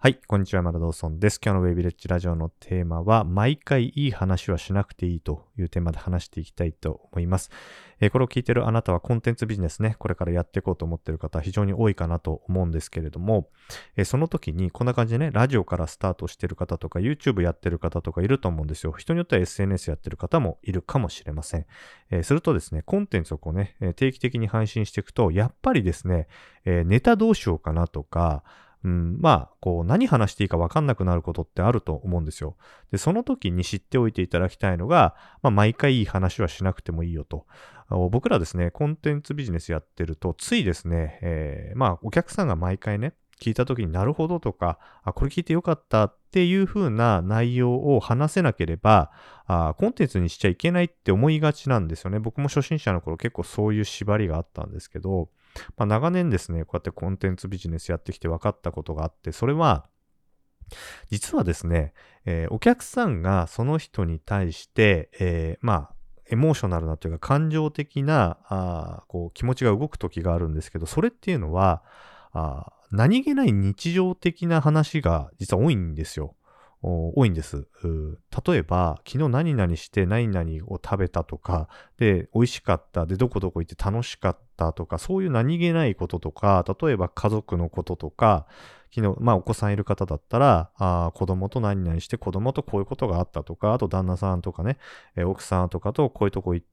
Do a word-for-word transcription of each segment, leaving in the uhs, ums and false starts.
はい、こんにちは、山田ドーソンです。今日のウェイビレッジラジオのテーマは、毎回いい話はしなくていいというテーマで話していきたいと思います。えーこれを聞いているあなたはコンテンツビジネスね、これからやっていこうと思っている方は非常に多いかなと思うんですけれども、えーその時にこんな感じでね、ラジオからスタートしている方とか、YouTube やってる方とかいると思うんですよ。人によっては エスエヌエス やってる方もいるかもしれません。えーするとですね、コンテンツをこうね、えー定期的に配信していくと、やっぱりですね、えーネタどうしようかなとか、うん、まあ、こう、何話していいか分かんなくなることってあると思うんですよ。で、その時に知っておいていただきたいのが、まあ、毎回いい話はしなくてもいいよと。あの僕らですね、コンテンツビジネスやってると、ついですね、えーまあ、お客さんが毎回ね、聞いた時になるほどとか、あ、これ聞いてよかったっていう風な内容を話せなければ、あ、コンテンツにしちゃいけないって思いがちなんですよね。僕も初心者の頃結構そういう縛りがあったんですけど、まあ、長年ですね、こうやってコンテンツビジネスやってきて分かったことがあって、それは、実はですね、えーお客さんがその人に対して、えーまあ、エモーショナルなというか感情的なあーこう気持ちが動く時があるんですけど、それっていうのは、あー何気ない日常的な話が実は多いんですよ。お多いんです。う例えば、昨日何々して何々を食べたとか、で、美味しかった、で、どこどこ行って楽しかったとか、そういう何気ないこととか、例えば家族のこととか、昨日、まあお子さんいる方だったら、あー子供と何々して子供とこういうことがあったとか、あと旦那さんとかね、えー奥さんとかとこういうとこ行って、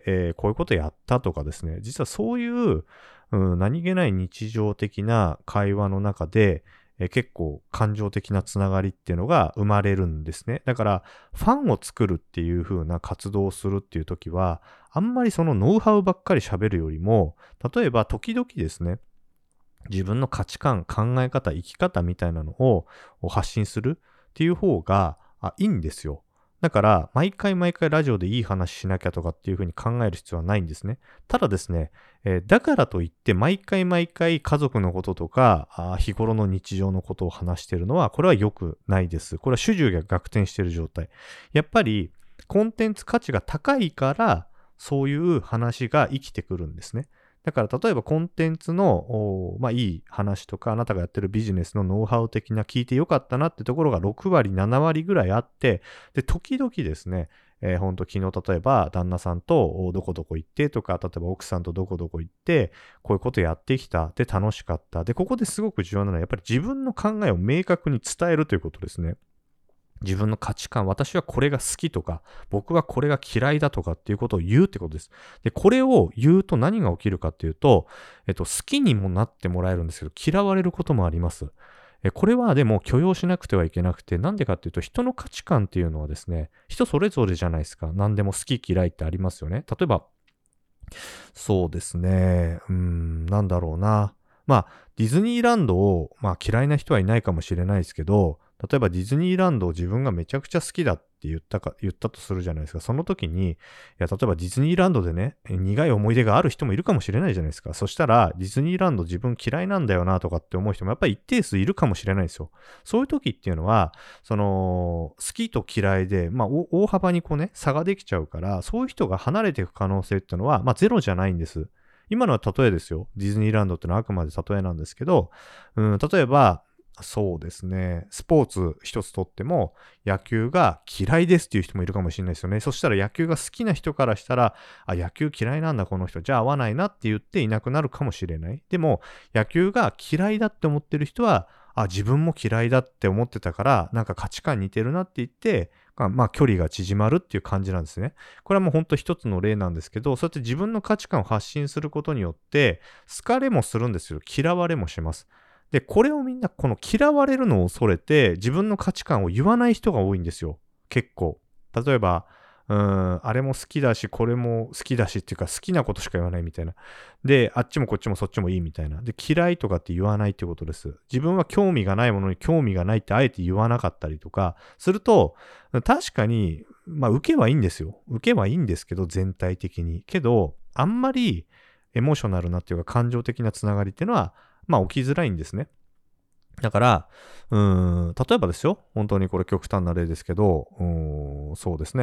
えーこういうことやったとかですね、実はそういう、うん、何気ない日常的な会話の中で、えー結構感情的なつながりっていうのが生まれるんですね。だから、ファンを作るっていう風な活動をするっていう時は、あんまりそのノウハウばっかり喋るよりも、例えば時々ですね、自分の価値観、考え方、生き方みたいなのを発信するっていう方があいいんですよ。だから、毎回毎回ラジオでいい話しなきゃとかっていう風に考える必要はないんですね。ただですね、えーだからといって毎回毎回家族のこととか、あー日頃の日常のことを話しているのは、これは良くないです。これは主従が逆転している状態。やっぱり、コンテンツ価値が高いから、そういう話が生きてくるんですね。だから例えばコンテンツの、おまあいい話とか、あなたがやってるビジネスのノウハウ的な聞いてよかったなってところがろく割、なな割ぐらいあって、で、時々ですね、えー、ほんと昨日例えば旦那さんとおどこどこ行ってとか、例えば奥さんとどこどこ行って、こういうことやってきた。で、楽しかった。で、ここですごく重要なのは、やっぱり自分の考えを明確に伝えるということですね。自分の価値観、私はこれが好きとか、僕はこれが嫌いだとかっていうことを言うってことです。で、これを言うと何が起きるかっていうと、えっと、好きにもなってもらえるんですけど、嫌われることもあります。え、これはでも許容しなくてはいけなくて、なんでかっていうと、人の価値観っていうのはですね、人それぞれじゃないですか。何でも好き嫌いってありますよね。例えば、そうですね。うーん、なんだろうな。まあ、ディズニーランドを、まあ、嫌いな人はいないかもしれないですけど、例えばディズニーランドを自分がめちゃくちゃ好きだって言ったか、言ったとするじゃないですか。その時に、いや、例えばディズニーランドでね、苦い思い出がある人もいるかもしれないじゃないですか。そしたら、ディズニーランド自分嫌いなんだよなとかって思う人もやっぱり一定数いるかもしれないですよ。そういう時っていうのは、その、好きと嫌いで、まあ、お大幅にこうね、差ができちゃうから、そういう人が離れていく可能性っていうのは、まあ、ゼロじゃないんです。今のは例えですよ。ディズニーランドってのはあくまで例えなんですけど、うん、例えば、そうですね。スポーツ一つとっても、野球が嫌いですっていう人もいるかもしれないですよね。そしたら野球が好きな人からしたら、あ、野球嫌いなんだこの人。じゃあ合わないなって言っていなくなるかもしれない。でも、野球が嫌いだって思ってる人は、あ、自分も嫌いだって思ってたから、なんか価値観似てるなって言って、まあ、まあ距離が縮まるっていう感じなんですね。これはもうほんと一つの例なんですけど、そうやって自分の価値観を発信することによって、好かれもするんですよ。嫌われもします。で、これをみんな、この嫌われるのを恐れて、自分の価値観を言わない人が多いんですよ。結構。例えば、うーん、あれも好きだし、これも好きだしっていうか、好きなことしか言わないみたいな。で、あっちもこっちもそっちもいいみたいな。で、嫌いとかって言わないってことです。自分は興味がないものに興味がないってあえて言わなかったりとか、すると、確かに、まあ、受けはいいんですよ。受けはいいんですけど、全体的に。けど、あんまりエモーショナルなっていうか、感情的なつながりっていうのは、まあ、起きづらいんですね。だから、うーん、例えばですよ、本当にこれ極端な例ですけど、うーん、そうですね。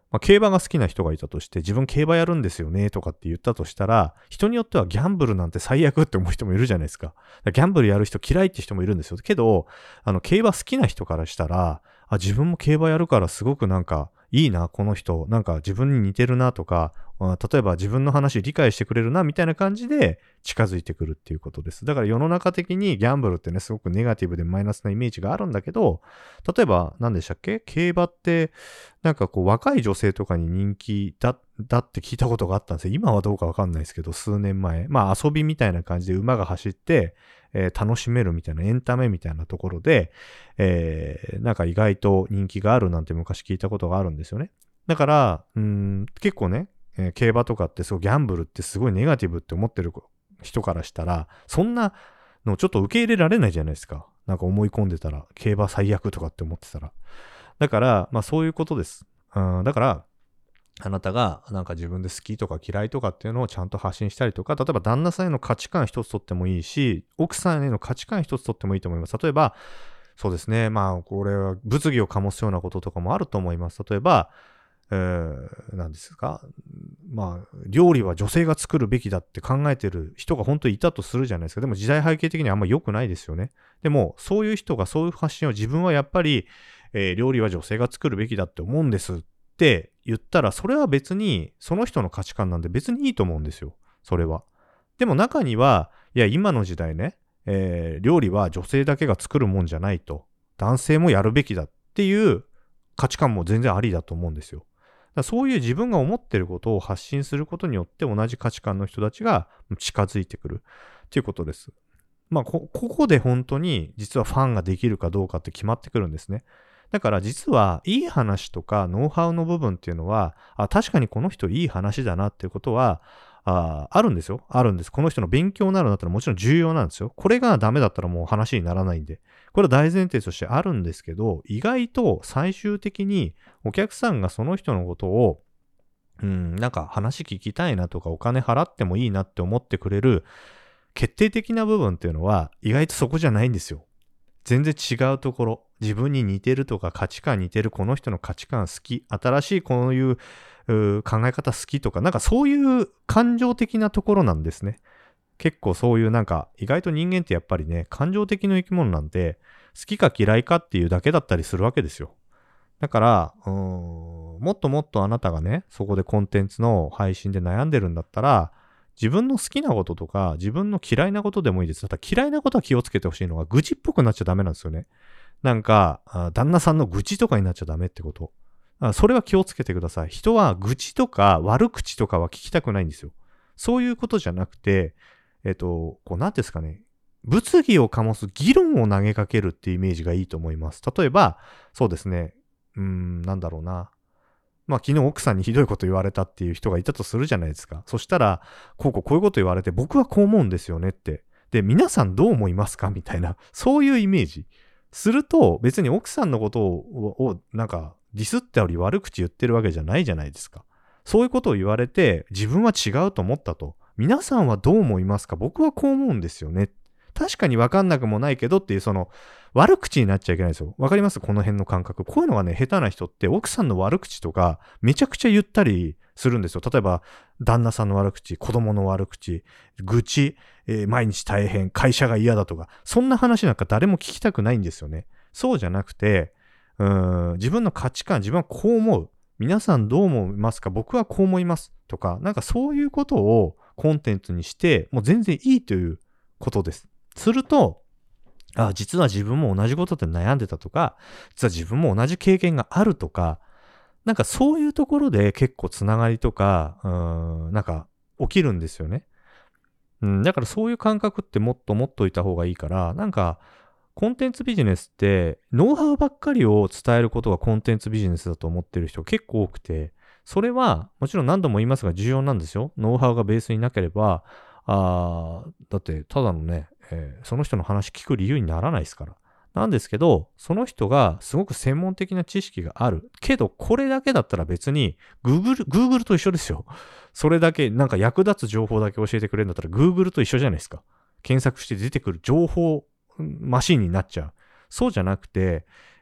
まあ、競馬が好きな人がいたとして、自分競馬やるんですよねとかって言ったとしたら、人によってはギャンブルなんて最悪って思う人もいるじゃないですか。ギャンブルやる人嫌いって人もいるんですよ。けど、あの、競馬好きな人からしたら、あ、自分も競馬やるからすごくなんか、いいな、この人。なんか自分に似てるなとか、例えば自分の話理解してくれるなみたいな感じで近づいてくるっていうことです。だから世の中的にギャンブルってね、すごくネガティブでマイナスなイメージがあるんだけど、例えば何でしたっけ？競馬ってなんかこう若い女性とかに人気だ、だって聞いたことがあったんですよ。今はどうかわかんないですけど、数年前。まあ遊びみたいな感じで馬が走って、えー、楽しめるみたいなエンタメみたいなところで、えー、なんか意外と人気があるなんて昔聞いたことがあるんですよね。だから、うーん、結構ね、えー、競馬とかってすごいギャンブルってすごいネガティブって思ってる人からしたら、そんなのちょっと受け入れられないじゃないですか。なんか思い込んでたら、競馬最悪とかって思ってたら。だから、まあそういうことです。うん、だから、あなたがなんか自分で好きとか嫌いとかっていうのをちゃんと発信したりとか、例えば旦那さんへの価値観一つとってもいいし、奥さんへの価値観一つとってもいいと思います。例えば、そうですね、まあこれは物議を醸すようなこととかもあると思います。例えば、えー、何ですか、まあ料理は女性が作るべきだって考えてる人が本当にいたとするじゃないですか。でも時代背景的にはあんま良くないですよね。でもそういう人がそういう発信を自分はやっぱり、えー、料理は女性が作るべきだって思うんですって言ったら、それは別にその人の価値観なんで別にいいと思うんですよ。それは。でも中には、いや今の時代ね、えー、料理は女性だけが作るもんじゃないと。男性もやるべきだっていう価値観も全然ありだと思うんですよ。だからそういう自分が思ってることを発信することによって同じ価値観の人たちが近づいてくるっていうことです。まあこ、ここで本当に実はファンができるかどうかって決まってくるんですね。だから実はいい話とかノウハウの部分っていうのは、あ、確かにこの人いい話だなっていうことは、あ、あるんですよ。あるんです。この人の勉強になるんだったらもちろん重要なんですよ。これがダメだったらもう話にならないんで。これは大前提としてあるんですけど、意外と最終的にお客さんがその人のことを、うん、なんか話聞きたいなとかお金払ってもいいなって思ってくれる決定的な部分っていうのは意外とそこじゃないんですよ。全然違うところ、自分に似てるとか価値観似てる、この人の価値観好き、新しいこういうう考え方好きとか、なんかそういう感情的なところなんですね。結構そういうなんか意外と人間ってやっぱりね、感情的な生き物なんで、好きか嫌いかっていうだけだったりするわけですよ。だから、うーん、もっともっとあなたがね、そこでコンテンツの配信で悩んでるんだったら、自分の好きなこととか、自分の嫌いなことでもいいです。ただ嫌いなことは気をつけてほしいのが、愚痴っぽくなっちゃダメなんですよね。なんか、旦那さんの愚痴とかになっちゃダメってこと。それは気をつけてください。人は愚痴とか悪口とかは聞きたくないんですよ。そういうことじゃなくて、えっと、こう、なんですかね。物議を醸す議論を投げかけるっていうイメージがいいと思います。例えば、そうですね。うーん、なんだろうな。まあ昨日奥さんにひどいこと言われたっていう人がいたとするじゃないですか。そしたら、こうこうこういうこと言われて、僕はこう思うんですよねって。で、皆さんどう思いますかみたいな、そういうイメージ。すると、別に奥さんのことを、をなんか、ディスったり悪口言ってるわけじゃないじゃないですか。そういうことを言われて、自分は違うと思ったと。皆さんはどう思いますか？僕はこう思うんですよね。確かに分かんなくもないけどっていう、その、悪口になっちゃいけないんですよ。わかります？この辺の感覚。こういうのがね、下手な人って奥さんの悪口とかめちゃくちゃ言ったりするんですよ。例えば、旦那さんの悪口、子供の悪口、愚痴、えー、毎日大変、会社が嫌だとか、そんな話なんか誰も聞きたくないんですよね。そうじゃなくて、うーん、自分の価値観、自分はこう思う。皆さんどう思いますか？僕はこう思います。とか、なんかそういうことをコンテンツにして、もう全然いいということです。すると、あ、実は自分も同じことで悩んでたとか、実は自分も同じ経験があるとか、なんかそういうところで結構つながりとか、うーん、なんか起きるんですよね。うん、だからそういう感覚ってもっと持っといた方がいいから、なんかコンテンツビジネスってノウハウばっかりを伝えることがコンテンツビジネスだと思ってる人結構多くて、それはもちろん何度も言いますが重要なんですよ。ノウハウがベースになければ、あだってただのね、えーその人の話聞く理由にならないですから。なんですけど、その人がすごく専門的な知識がある。けど、これだけだったら別に Google、Google と一緒ですよ。それだけ、なんか役立つ情報だけ教えてくれるんだったら Google と一緒じゃないですか。検索して出てくる情報マシンになっちゃう。そうじゃなくて、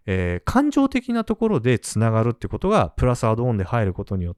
えー感情的なところでつながるってことがプラスアドオンで入ることによって、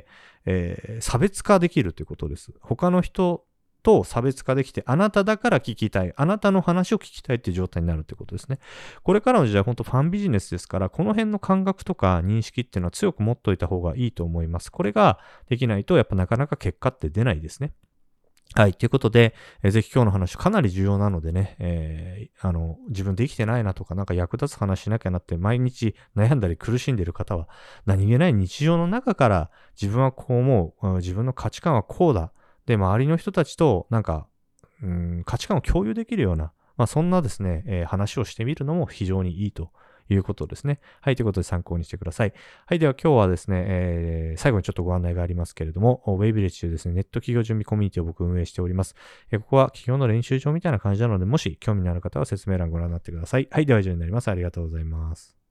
えー差別化できるということです。他の人と差別化できて、あなただから聞きたい、あなたの話を聞きたいっていう状態になるってことですね。これからの時代、本当ファンビジネスですから、この辺の感覚とか認識っていうのは強く持っといた方がいいと思います。これができないと、やっぱなかなか結果って出ないですね。はい。ということで、えーぜひ今日の話かなり重要なのでね、えーあの、自分で生きてないなとか、なんか役立つ話しなきゃなって毎日悩んだり苦しんでいる方は、何気ない日常の中から自分はこう思う、うん自分の価値観はこうだ。で、周りの人たちとなんか、うん価値観を共有できるような、まあそんなですね、えー話をしてみるのも非常にいいということですね。はい。ということで参考にしてください。はい。では今日はですね、えー最後にちょっとご案内がありますけれども、ウェイビレッジというですね、ネット企業準備コミュニティを僕運営しております。えーここは企業の練習場みたいな感じなので、もし興味のある方は説明欄ご覧になってください。はい。では以上になります。ありがとうございます。